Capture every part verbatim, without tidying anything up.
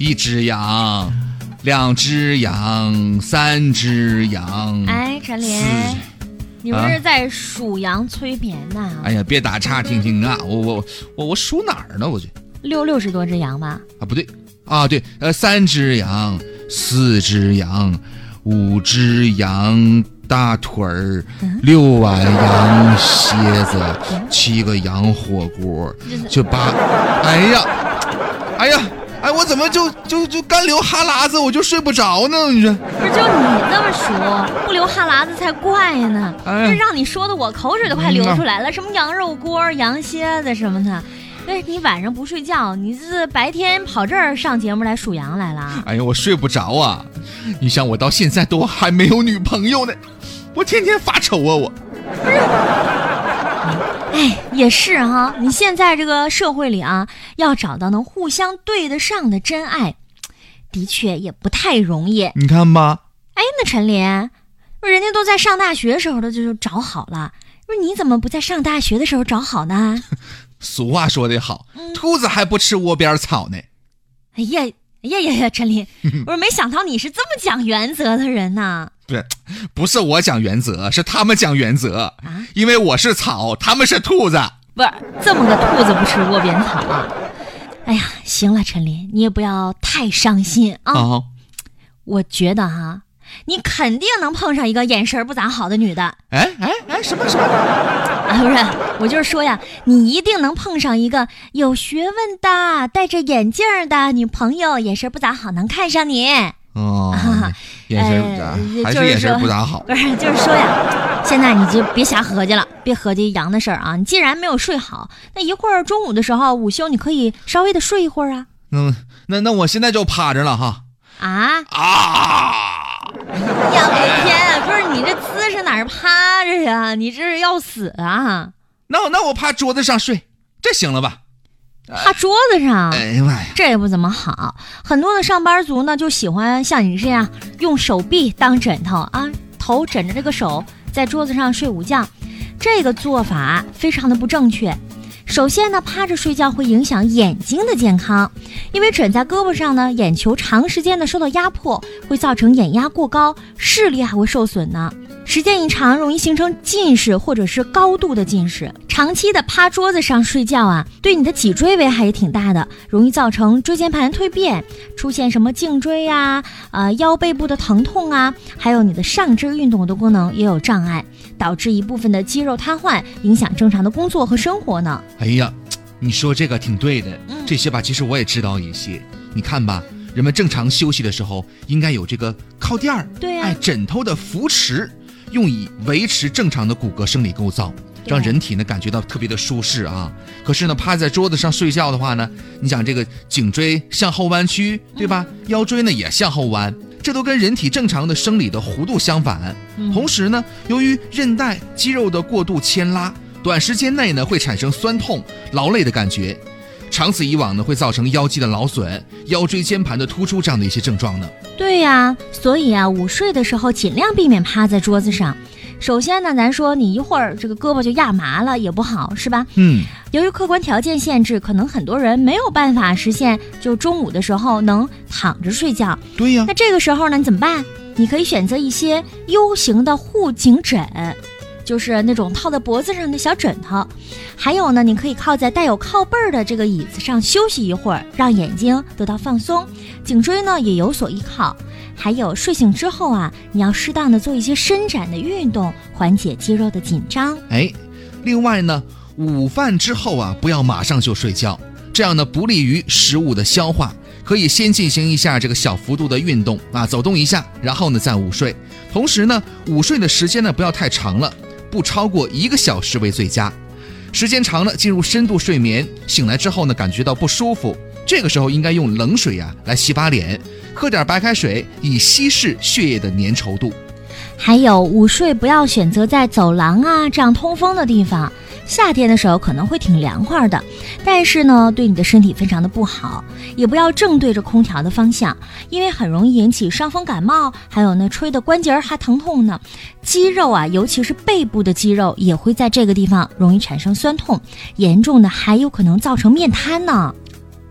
一只羊，两只羊，三只羊。 哎，陈林，你不是在数羊催眠呐、啊？ 哎呀，别打岔，听听啊，我我我我数哪儿呢？我这六六十多只羊吧？ 啊，不对啊，对，呃，三只羊，四只羊，五只羊大腿儿，嗯、六碗羊蝎子，嗯、七个羊火锅，就八，哎呀，哎呀。哎，我怎么就就就干流哈喇子，我就睡不着呢？你说， 不是就你这么数，不流哈喇子才怪呢。哎、这让你说的我口水都快流出来了。嗯啊、什么羊肉锅、羊蝎子什么的，哎，你晚上不睡觉，你这白天跑这儿上节目来数羊来了？ 哎呀，我睡不着啊！你想，我到现在都还没有女朋友呢，我天天发愁啊，我。 不是。哎，也是哈，你现在这个社会里啊，要找到能互相对得上的真爱，的确也不太容易。 你看吧， 哎，那陈林，人家都在上大学时候的就找好了，不是你怎么不在上大学的时候找好呢？ 俗话说得好，嗯、兔子还不吃窝边草呢。 哎呀，哎呀呀呀，陈林，我说没想到你是这么讲原则的人呐。 不是，不是我讲原则，是他们讲原则啊！因为我是草，他们是兔子。 不是这么个兔子不吃窝边草啊！哎呀，行了，陈林，你也不要太伤心啊！哦、我觉得哈，你肯定能碰上一个眼神不咋好的女的。 哎哎哎，什么什么？ 啊，不是，我就是说呀，你一定能碰上一个有学问的、戴着眼镜的女朋友，眼神不咋好，能看上你。 哦，啊、眼神不咋、呃，还是眼神不咋好。 不是，就是说呀，现在你就别瞎合计了，别合计羊的事儿啊。你既然没有睡好，那一会儿中午的时候午休你可以稍微的睡一会儿啊。 嗯，那那我现在就趴着了哈。 啊啊！ 哎呀，我的天，不是你这姿势哪儿趴着呀？你这是要死啊！ 那那我趴桌子上睡，这行了吧？ 趴桌子上， 哎呀妈呀， 这也不怎么好。很多的上班族呢，就喜欢像你这样用手臂当枕头啊，头枕着这个手在桌子上睡午觉，这个做法非常的不正确。首先呢，趴着睡觉会影响眼睛的健康，因为枕在胳膊上呢，眼球长时间的受到压迫，会造成眼压过高，视力还会受损呢。时间一长，容易形成近视或者是高度的近视。长期的趴桌子上睡觉啊，对你的脊椎危害也挺大的，容易造成椎间盘蜕变，出现什么颈椎呀、呃腰背部的疼痛啊，还有你的上肢运动的功能也有障碍，导致一部分的肌肉瘫痪，影响正常的工作和生活呢。 哎呀，你说这个挺对的，这些吧，其实我也知道一些。你看吧，人们正常休息的时候，应该有这个靠垫儿， 对啊， 哎，枕头的扶持，用以维持正常的骨骼生理构造，让人体呢感觉到特别的舒适啊。可是呢，趴在桌子上睡觉的话呢，你想这个颈椎向后弯曲，对吧？嗯、腰椎呢也向后弯，这都跟人体正常的生理的弧度相反。嗯、同时呢，由于韧带、肌肉的过度牵拉，短时间内呢会产生酸痛、劳累的感觉，长此以往呢会造成腰肌的劳损、腰椎间盘的突出这样的一些症状呢。 对呀、啊，所以啊，午睡的时候尽量避免趴在桌子上。首先呢，咱说你一会儿这个胳膊就压麻了也不好，是吧？ 嗯。 由于客观条件限制，可能很多人没有办法实现就中午的时候能躺着睡觉。 对呀。 那这个时候呢，你怎么办？你可以选择一些 U 型的护颈枕。就是那种套在脖子上的小枕头，还有呢，你可以靠在带有靠背的这个椅子上休息一会儿，让眼睛得到放松，颈椎呢也有所依靠。还有睡醒之后啊，你要适当的做一些伸展的运动，缓解肌肉的紧张。 哎，另外呢，午饭之后啊，不要马上就睡觉，这样呢不利于食物的消化，可以先进行一下这个小幅度的运动啊，走动一下，然后呢再午睡。同时呢，午睡的时间呢不要太长了。不超过一个小时为最佳，时间长了进入深度睡眠，醒来之后呢感觉到不舒服，这个时候应该用冷水啊来洗把脸，喝点白开水以稀释血液的粘稠度。 还有午睡不要选择在走廊啊这样通风的地方，夏天的时候可能会挺凉快的，但是呢对你的身体非常的不好。也不要正对着空调的方向，因为很容易引起伤风感冒，还有呢吹的关节还疼痛呢。肌肉啊，尤其是背部的肌肉也会在这个地方容易产生酸痛，严重的还有可能造成面瘫呢。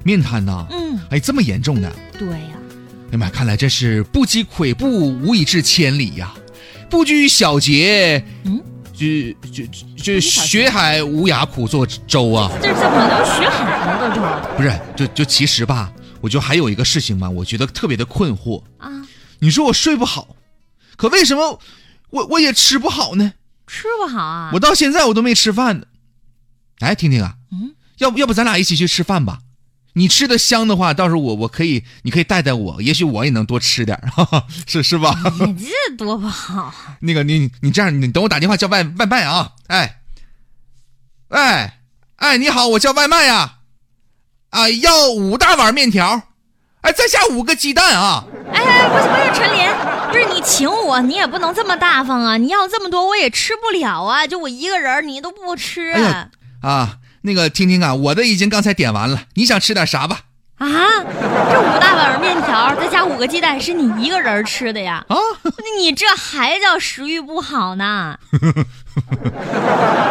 面瘫呐？ 嗯， 哎，这么严重的？ 对呀、 哎呀妈，看来这是不积跬步，无以至千里呀！不拘小节， 嗯， 就就就学海无涯苦作舟啊！ 这怎么能学海了这都？ 不是，就就其实吧，我就还有一个事情嘛，我觉得特别的困惑啊。 你说我睡不好，可为什么我我也吃不好呢？ 吃不好啊？ 我到现在我都没吃饭呢。哎，听听啊， 嗯， 要不要不咱俩一起去吃饭吧？你吃的香的话，到时候我我可以，你可以带带我，也许我也能多吃点，哈哈，是是吧？ 你这多不好。 那个你你这样，你等我打电话叫外外卖啊！哎，哎哎，你好，我叫外卖呀、啊，啊，要五大碗面条，哎，再加五个鸡蛋啊！ 哎哎，不是不是，陈林，不是你请我，你也不能这么大方啊！你要这么多，我也吃不了啊！就我一个人，你都不吃。 哎呀啊，那个听听啊，我的已经刚才点完了，你想吃点啥吧？ 啊，这五大碗面条再加五个鸡蛋是你一个人吃的呀？ 啊， 你这还叫食欲不好呢？